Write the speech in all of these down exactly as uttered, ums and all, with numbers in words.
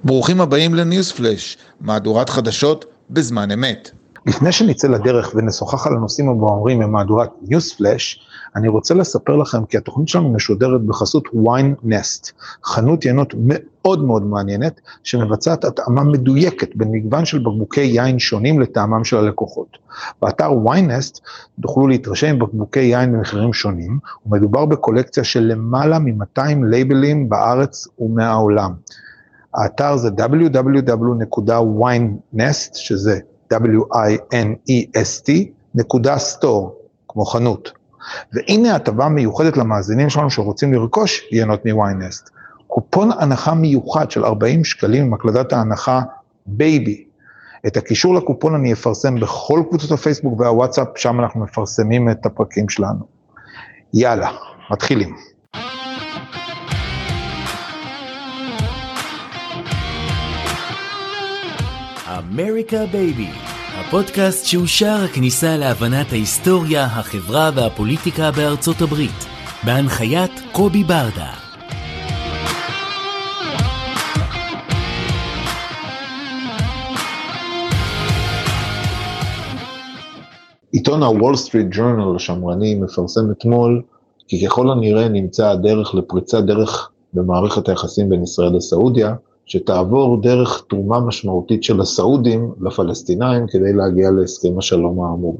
ברוכים הבאים לניוז פלאש, מהדורת חדשות בזמן אמת. לפני שנצא לדרך ונשוחח על הנושאים הבוערים ממהדורת ניוז פלאש, אני רוצה לספר לכם כי התוכנית שלנו משודרת בחסות Wine Nest, חנות ינות מאוד מאוד מעניינת, שמבצעת התאמה מדויקת בין מגוון של בקבוקי יין שונים לטעמם של הלקוחות. באתר Wine Nest תוכלו להתרשם עם בקבוקי יין במחירים שונים, ומדובר בקולקציה של למעלה מ-מאתיים לייבלים בארץ ומהעולם. האתר זה דאבליו דאבליו דאבליו נקודה ויין נסט, שזה W-I-N-E-S-T, נקודה סטור, כמו חנות. והנה הטבה מיוחדת למאזינים שלנו שרוצים לרכוש ינות מ-Wine Nest. קופון הנחה מיוחד של ארבעים שקלים עם הקלדת ההנחה בייבי. את הקישור לקופון אני אפרסם בכל קבוצות הפייסבוק והוואטסאפ, שם אנחנו מפרסמים את הפרקים שלנו. יאללה, מתחילים. אמריקה בייבי, הפודקאסט שהוא שער הכניסה להבנת ההיסטוריה, החברה והפוליטיקה בארצות הברית, בהנחיית קובי ברדה. עיתון הוול סטריט ג'ורנל השמרני מפרסם אתמול, כי ככל הנראה נמצא הדרך לפריצת דרך במערכת היחסים בין ישראל לסעודיה, שתעבור דרך תרומה משמעותית של הסעודים לפלסטינאים כדי להגיע להסכם השלום האמור.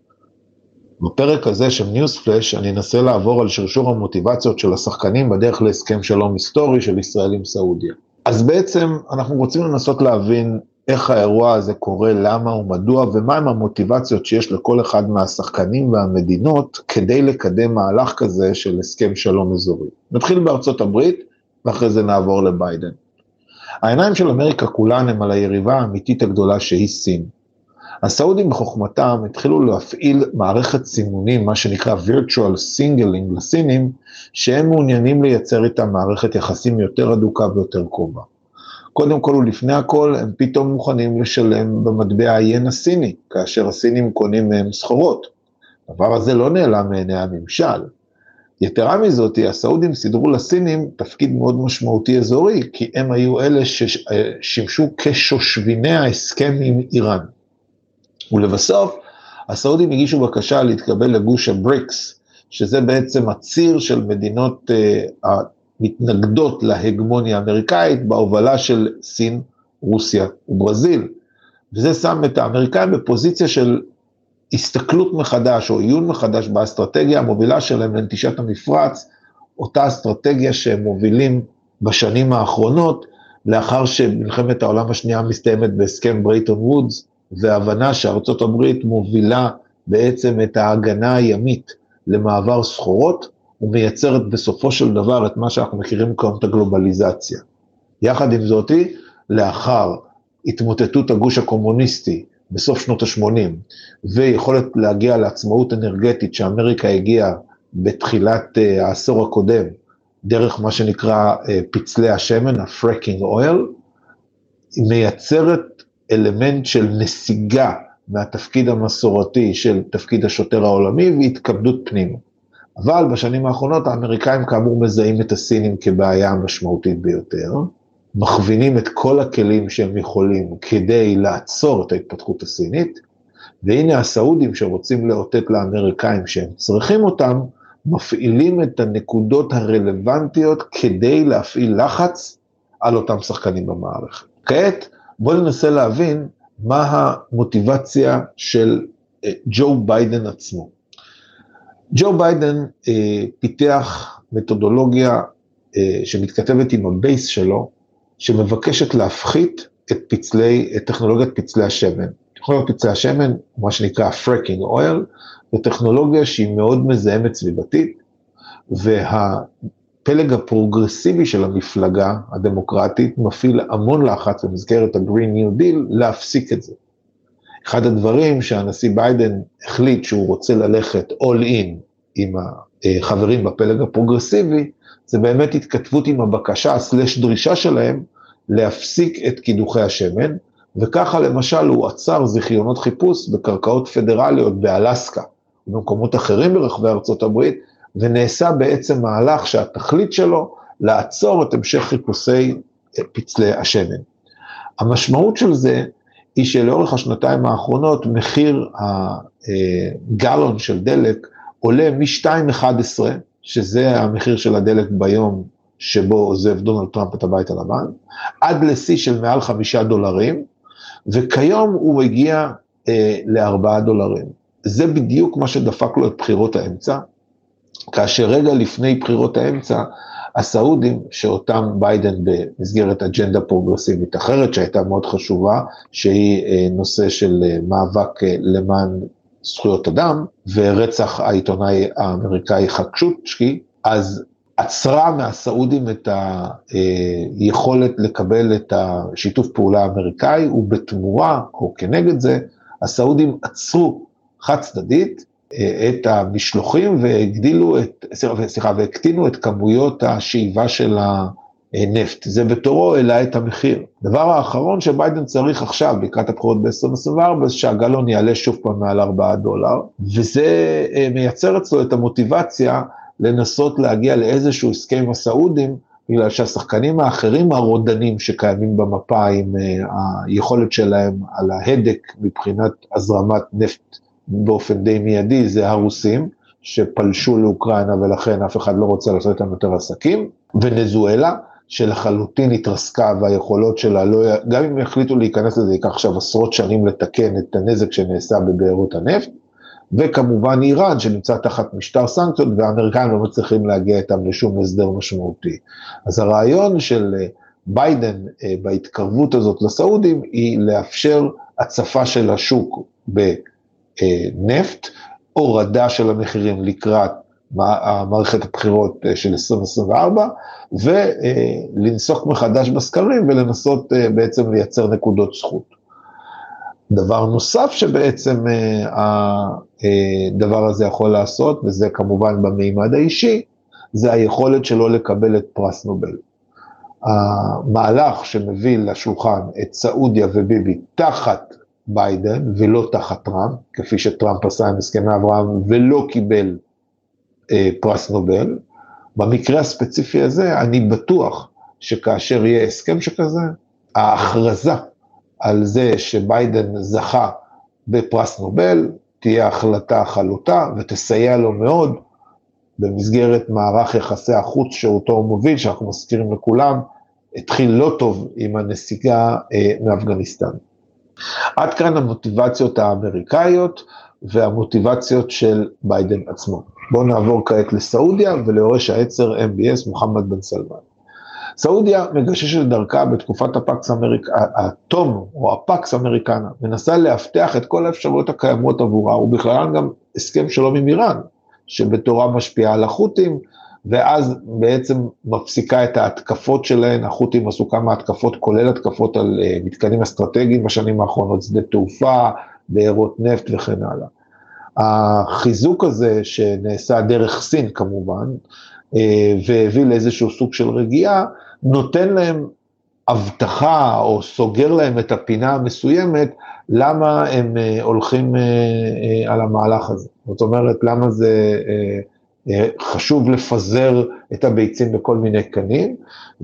בפרק הזה של ניוז פלאש אני אנסה לעבור על שרשור המוטיבציות של השחקנים בדרך להסכם שלום היסטורי של ישראל עם סעודיה. אז בעצם אנחנו רוצים לנסות להבין איך האירוע הזה קורה, למה ומדוע, ומהם המוטיבציות שיש לכל אחד מהשחקנים והמדינות כדי לקדם מהלך כזה של הסכם שלום אזורי. נתחיל בארצות הברית ואחרי זה נעבור לביידן. העיניים של אמריקה כולן הם על היריבה האמיתית הגדולה שהיא סין. הסעודים בחוכמתם התחילו להפעיל מערכת סימונים, מה שנקרא virtual singling לסינים, שהם מעוניינים לייצר איתם מערכת יחסים יותר אדוקה ויותר קרובה. קודם כל ולפני הכל, הם פתאום מוכנים לשלם במטבע היין הסיני, כאשר הסינים קונים מהם סחורות. הדבר הזה לא נעלם מעיני הממשל. יתרה מזאת, הסעודים סידרו לסינים תפקיד מאוד משמעותי אזורי, כי הם היו אלה ששימשו כשושביני ההסכם עם איראן. ולבסוף, הסעודים הגישו בקשה להתקבל לגוש הבריקס, שזה בעצם הציר של מדינות המתנגדות להגמוניה האמריקאית, בהובלה של סין, רוסיה וברזיל. וזה שם את האמריקאים בפוזיציה של הסתכלות מחדש או עיון מחדש באסטרטגיה המובילה שלהם לנטישת המפרץ, אותה אסטרטגיה שהם מובילים בשנים האחרונות, לאחר שמלחמת העולם השנייה מסתיימת בהסכם ברייטון וודס, והבנה שארצות הברית מובילה בעצם את ההגנה הימית למעבר סחורות, ומייצרת בסופו של דבר את מה שאנחנו מכירים כיום את הגלובליזציה. יחד עם זאתי, לאחר התמוטטות הגוש הקומוניסטי, בסוף שנות ה-שמונים, ויכולת להגיע לעצמאות אנרגטית שאמריקה הגיעה בתחילת uh, העשור הקודם, דרך מה שנקרא uh, פצלי השמן, ה-fracking oil, היא מייצרת אלמנט של נסיגה מהתפקיד המסורתי של תפקיד השוטר העולמי, והתכבדות פנימה. אבל בשנים האחרונות האמריקאים כאמור מזהים את הסינים כבעיה המשמעותית ביותר, מכווינים את כל הכלים שהם יכולים כדי לעצור את ההתפתחות הסינית, והנה הסעודים שרוצים לאותת לאמריקאים שהם צריכים אותם, מפעילים את הנקודות הרלוונטיות כדי להפעיל לחץ על אותם שחקנים במערכת. כעת בואו ננסה להבין מה המוטיבציה של ג'ו ביידן עצמו. ג'ו ביידן אה, פיתח מתודולוגיה אה, שמתכתבת עם הבייס שלו, שמבקשת להפחית את פצלי, את טכנולוגיית פצלי השמן. טכנולוגיית פצלי השמן, מה שנקרא fracking oil, זו טכנולוגיה שהיא מאוד מזהמת סביבתית, והפלג הפרוגרסיבי של המפלגה הדמוקרטית מפעיל המון לחץ במסגרת ה-Green New Deal להפסיק את זה. אחד הדברים שהנשיא ביידן החליט שהוא רוצה ללכת all in עם החברים בפלג הפרוגרסיבי, זה באמת התכתבות עם הבקשה סלש דרישה שלהם להפסיק את קידוחי השמן, וככה למשל הוא עצר זיכיונות חיפוש בקרקעות פדרליות באלסקה, ובמקומות אחרים ברחבי ארצות הברית, ונעשה בעצם מהלך שהתכלית שלו לעצור את המשך חיפושי פצלי השמן. המשמעות של זה היא שלאורך השנתיים האחרונות מחיר הגלון של דלק עולה מ-שתיים אחת עשרה, שזה המחיר של הדלק ביום שבו עוזב דונלד טראמפ את הבית הלבן, עד לשיא של מעל חמישה דולרים, וכיום הוא מגיע אה, לארבעה דולרים. זה בדיוק מה שדפק לו את בחירות האמצע, כאשר רגע לפני בחירות האמצע, הסעודים, שאותם ביידן במסגרת אג'נדה פרוגרסיבית אחרת, שהייתה מאוד חשובה, שהיא אה, נושא של אה, מאבק אה, למען זכויות אדם, ורצח העיתונאי האמריקאי חקשוצ'קי, אז עצרה מהסעודים את היכולת לקבל את השיתוף פעולה האמריקאי, ובתמורה, או כנגד זה, הסעודים עצרו חד צדדית את המשלוחים, והגדילו את, סליחה, והקטינו את כמויות השאיבה של הנפט. זה בתורו העלה את המחיר. דבר האחרון שביידן צריך עכשיו, לקראת הבחירות ב-עשרים עשרים וארבע, זה שהגלון יעלה שוב פעם מעל ארבעה דולר, וזה מייצר אצלו את המוטיבציה, לנסות להגיע לאיזשהו הסכם עם הסעודים, בגלל שהשחקנים האחרים הרודנים שקיימים במפה, עם היכולת שלהם על ההדק מבחינת הזרמת נפט באופן די מיידי, זה הרוסים שפלשו לאוקראינה ולכן אף אחד לא רוצה לעשות איתם יותר עסקים, ונזואלה שלחלוטין התרסקה והיכולות שלה, לא, גם אם החליטו להיכנס לזה, ייקח עכשיו עשרות שנים לתקן את הנזק שנעשה בבארות הנפט, וכמובן איראן שנמצא תחת משטר סנקציות, והאמריקאים לא מצליחים להגיע איתם לשום הסדר משמעותי. אז הרעיון של ביידן בהתקרבות הזאת לסעודים, היא לאפשר הצפה של השוק בנפט, הורדה של המחירים לקראת מערכת הבחירות של עשרים עשרים וארבע, ולנסוק מחדש בסקרים, ולנסות בעצם לייצר נקודות זכות. דבר נוסף שבעצם הדבר הזה יכול לעשות, וזה כמובן במימד האישי, זה היכולת שלו לקבל את פרס נובל. המהלך שמביא לשולחן את סעודיה וביבי תחת ביידן, ולא תחת טראמפ, כפי שטראמפ עשה עם הסכמי אברהם, ולא קיבל פרס נובל, במקרה הספציפי הזה, אני בטוח שכאשר יהיה הסכם שכזה, ההכרזה, על זה שביידן זכה בפרס נובל, תהיה החלטה חלוטה ותסייע לו מאוד במסגרת מערך יחסי החוץ שאותו הוא מוביל, שאנחנו מזכירים לכולם, התחיל לא טוב עם הנסיגה אה, מאפגניסטן. עד כאן המוטיבציות האמריקאיות והמוטיבציות של ביידן עצמו. בואו נעבור כעת לסעודיה וליורש העצר אם בי אס מוחמד בן סלמן. סעודיה מגששת דרכה בתקופת הפקס אמריקה, התום או הפקס אמריקנה, מנסה להבטח את כל האפשרויות הקיימות עבורה, ובכללן גם הסכם שלום עם איראן, שבתורה משפיעה על החות'ים, ואז בעצם מפסיקה את ההתקפות שלהן, החות'ים עשו כמה התקפות, כולל התקפות על מתקנים אסטרטגיים בשנים האחרונות, שדה תעופה, בארות נפט וכן הלאה. החיזוק הזה שנעשה דרך סין כמובן, והביא לאיזשהו סוג של רגיעה, נותן להם הבטחה או סוגר להם את הפינה המסוימת, למה הם הולכים על המהלך הזה. זאת אומרת, למה זה חשוב לפזר את הביצים בכל מיני קנים,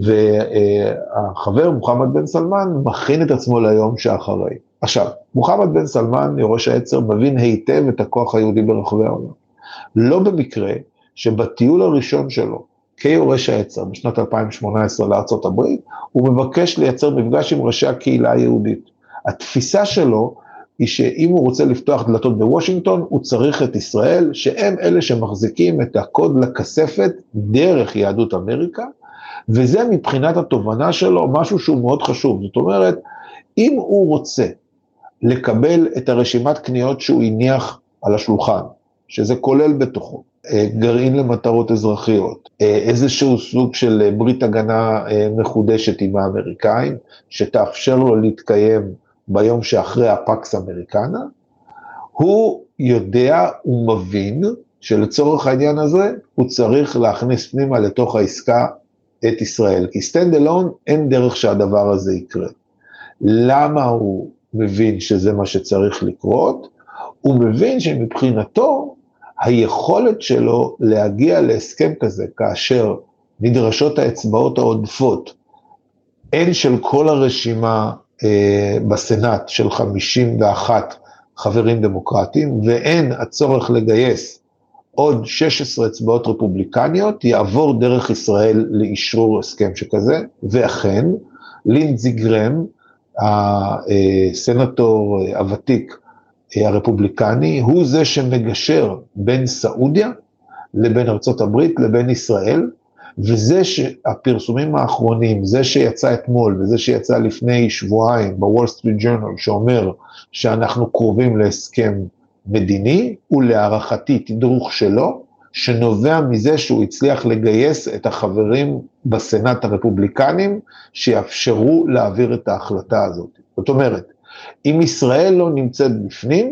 והחבר מוחמד בן סלמן מכין את עצמו ליום שאחרי. עכשיו, מוחמד בן סלמן, יורש העצר, מבין היטב את הכוח היהודי ברחבי העולם. לא במקרה, שבטיול הראשון שלו, כיורש העצר, בשנת אלפיים שמונה עשרה לארצות הברית, הוא מבקש לייצר מפגש עם ראשי הקהילה היהודית. התפיסה שלו היא שאם הוא רוצה לפתוח דלתות בוושינגטון, הוא צריך את ישראל, שהם אלה שמחזיקים את הקוד לכספת דרך יהדות אמריקה, וזה מבחינת התובנה שלו משהו שהוא מאוד חשוב. זאת אומרת, אם הוא רוצה לקבל את הרשימת קניות שהוא הניח על השולחן, שזה כולל בתוכו, גרעין למטרות אזרחיות, איזשהו סוג של ברית הגנה מחודשת עם האמריקאים, שתאפשר לו להתקיים ביום שאחרי הפקס אמריקנה, הוא יודע ומבין שלצורך העניין הזה, הוא צריך להכניס פנימה לתוך העסקה את ישראל, כי סטנד אלון אין דרך שהדבר הזה יקרה. למה הוא מבין שזה מה שצריך לקרות? הוא מבין שמבחינתו, היכולת שלו להגיע להסכם כזה, כאשר נדרשות האצבעות העודפות, הן של כל הרשימה בסנאט של חמישים ואחת חברים דמוקרטיים, ואין הצורך לגייס עוד שש עשרה אצבעות רפובליקניות, יעבור דרך ישראל לאישרור הסכם שכזה, ואכן, לינדזי גרם, הסנטור הוותיק הרפובליקני, הוא זה שמגשר בין סעודיה, לבין ארצות הברית, לבין ישראל, וזה שהפרסומים האחרונים, זה שיצא אתמול, וזה שיצא לפני שבועיים, בוול סטריט ג'ורנל, שאומר שאנחנו קרובים להסכם מדיני, ולהערכתי תדרוך שלו, שנובע מזה שהוא הצליח לגייס את החברים בסנאט הרפובליקנים, שיאפשרו להעביר את ההחלטה הזאת. זאת אומרת, אם ישראל לא נמצאת בפנים,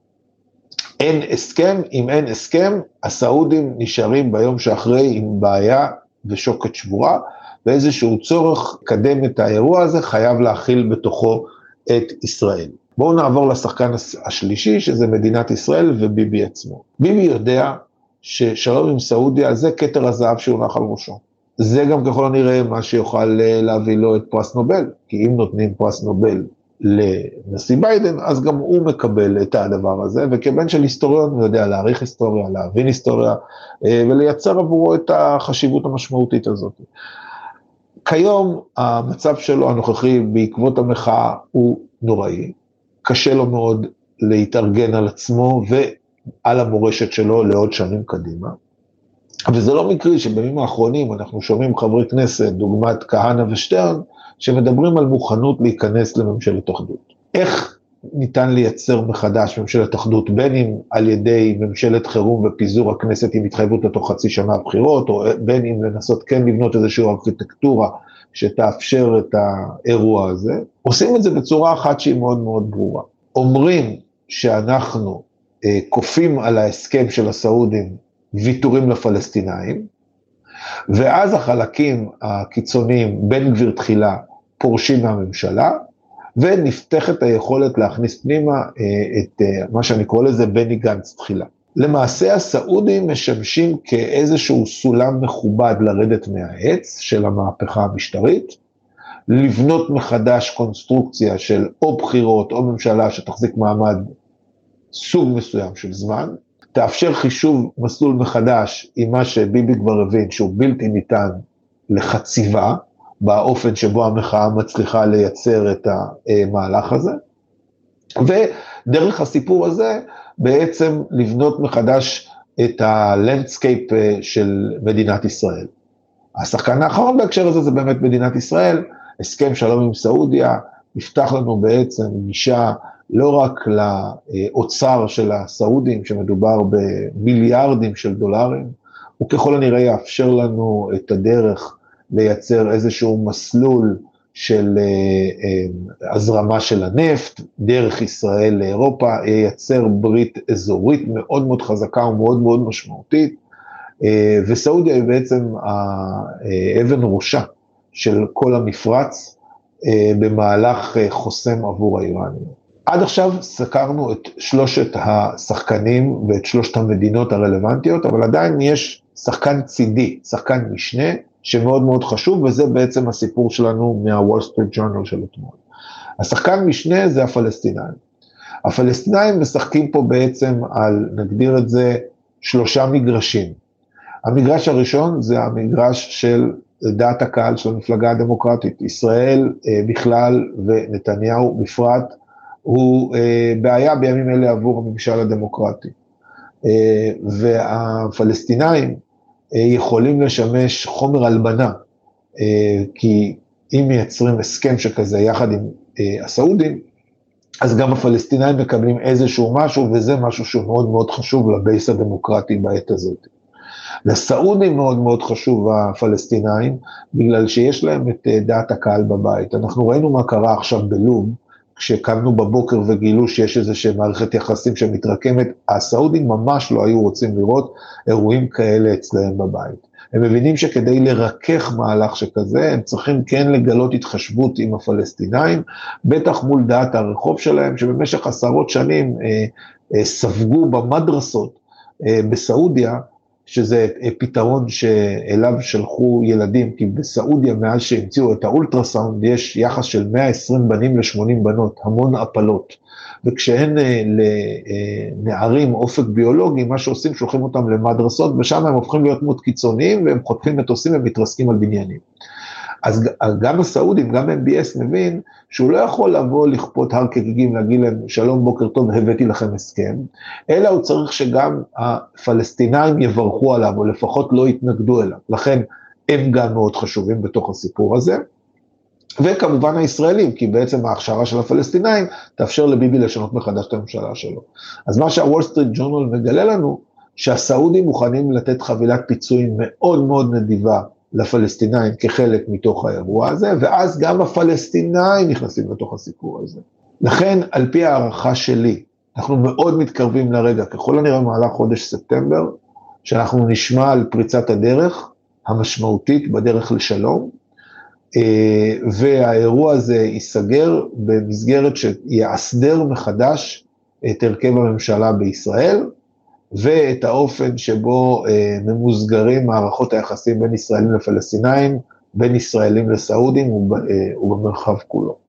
אין הסכם, אם אין הסכם, הסעודים נשארים ביום שאחרי עם בעיה ושוקת שבורה, ואיזשהו צורך קדם את האירוע הזה, חייב להכיל בתוכו את ישראל. בואו נעבור לשחקן השלישי, שזה מדינת ישראל וביבי עצמו. ביבי יודע ששלום עם סעודיה, זה כתר הזהב שהונח על ראשו. זה גם ככל הנראה מה שיוכל להביא לו את פרס נובל, כי אם נותנים פרס נובל לנשיא ביידן, אז גם הוא מקבל את הדבר הזה, וכבן של היסטוריון הוא יודע להעריך היסטוריה, להבין היסטוריה, ולייצר עבורו את החשיבות המשמעותית הזאת. כיום המצב שלו הנוכחי בעקבות המחאה הוא נוראי, קשה לו מאוד להתארגן על עצמו ועל המורשת שלו לעוד שנים קדימה, וזה לא מקרי שבימים האחרונים אנחנו שומעים חברי כנסת, דוגמת כהנא ושטרן, שמדברים על מוכנות להיכנס לממשלת אחדות. איך ניתן לייצר מחדש ממשלת אחדות, בין אם על ידי ממשלת חירום ופיזור הכנסת עם התחייבות לתוך חצי שנה בחירות, או בין אם לנסות כן לבנות איזושהי ארכיטקטורה שתאפשר את האירוע הזה, עושים את זה בצורה אחת שהיא מאוד מאוד ברורה. אומרים שאנחנו אה, כופים על ההסכם של הסעודים ויתורים לפלסטינאים, ואז החלקים הקיצוניים בין גביר תחילה פורשים מהממשלה, ונפתחת היכולת להכניס פנימה את מה שאני קורא לזה בני גנץ תחילה. למעשה הסעודים משמשים כאיזשהו סולם מכובד לרדת מהעץ של המהפכה המשטרית, לבנות מחדש קונסטרוקציה של או בחירות או ממשלה שתחזיק מעמד סוג מסוים של זמן, תאפשר חישוב מסלול מחדש עם מה שביבי כבר הבין שהוא בלתי ניתן לחציבה, באופן שבו המחאה מצליחה לייצר את המהלך הזה, ודרך הסיפור הזה בעצם לבנות מחדש את הלנדסקייפ של מדינת ישראל. השחקן האחרון בהקשר הזה זה באמת מדינת ישראל, הסכם שלום עם סעודיה, יפתח לנו בעצם גישה לא רק לאוצר של הסעודים, שמדובר במיליארדים של דולרים, וככל הנראה יאפשר לנו את הדרך לייצר איזשהו מסלול של הזרמה של הנפט, דרך ישראל לאירופה, ייצר ברית אזורית מאוד מאוד חזקה ומאוד מאוד משמעותית, וסעודיה היא בעצם האבן ראשה של כל המפרץ, במהלך חוסם עבור האיראנים. עד עכשיו סקרנו את שלושת השחקנים ואת שלושת המדינות הרלוונטיות, אבל עדיין יש שחקן צידי, שחקן משנה, שמאוד מאוד חשוב, וזה בעצם הסיפור שלנו מהוול סטריט ג'ורנל של אתמול. השחקן משנה זה הפלסטינאים. הפלסטינאים משחקים פה בעצם על, נגדיר את זה, שלושה מגרשים. המגרש הראשון זה המגרש של דעת הקהל של המפלגה הדמוקרטית. ישראל בכלל ונתניהו בפרט, הוא בעיה בימים אלה עבור הממשל הדמוקרטי. והפלסטינאים יכולים לשמש חומר הלבנה, כי אם מייצרים הסכם שכזה יחד עם הסעודים, אז גם הפלסטינאים מקבלים איזשהו משהו, וזה משהו שהוא מאוד מאוד חשוב לבייס הדמוקרטי בעת הזאת. לסעודים מאוד מאוד חשוב הפלסטינאים, בגלל שיש להם את דעת הקהל בבית. אנחנו ראינו מה קרה עכשיו בלוב, כשקמנו בבוקר וגילו שיש איזושהי מערכת יחסים שמתרקמת, הסעודים ממש לא היו רוצים לראות אירועים כאלה אצלהם בבית. הם מבינים שכדי לרכך מהלך שכזה, הם צריכים כן לגלות התחשבות עם הפלסטינאים, בטח מול דעת הרחוב שלהם, שבמשך עשרות שנים אה, אה, ספגו במדרסות אה, בסעודיה, שזה פתרון שאליו שלחו ילדים, כי בסעודיה מאז שהמציאו את האולטרסאונד, יש יחס של מאה ועשרים בנים ל-שמונים בנות, המון הפלות, וכשהן לנערים אופק ביולוגי, מה שעושים, שולחים אותם למדרסות, ושם הם הופכים להיות מאוד קיצוניים, והם חוטפים מטוסים ומתרסקים על בניינים. אז גם הסעודים, גם אם בי אס מבין, שהוא לא יכול לבוא לכפות הר כגיגים, להגיד להם שלום בוקר טוב, הבאתי לכם הסכם, אלא הוא צריך שגם הפלסטינאים יברכו עליו, או לפחות לא יתנגדו אליו, לכן הם גם מאוד חשובים בתוך הסיפור הזה, וכמובן הישראלים, כי בעצם ההכשרה של הפלסטינאים, תאפשר לביבי לשנות מחדש את הממשלה שלו. אז מה שהוול סטריט ג'ורנל מגלה לנו, שהסעודים מוכנים לתת חבילת פיצויים מאוד מאוד נדיבה, לפלסטינאים כחלק מתוך האירוע הזה, ואז גם הפלסטינאים נכנסים לתוך הסיפור הזה. לכן, על פי הערכה שלי, אנחנו מאוד מתקרבים לרגע, ככל הנראה במהלך חודש ספטמבר, שאנחנו נשמע על פריצת הדרך המשמעותית בדרך לשלום, והאירוע הזה ייסגר במסגרת שיאסדר מחדש את הרכב הממשלה בישראל, ואת האופן שבו אה, ממוסגרים מערכות היחסים בין ישראלים לפלסטינאים, בין ישראלים לסעודים ובמרחב כולו.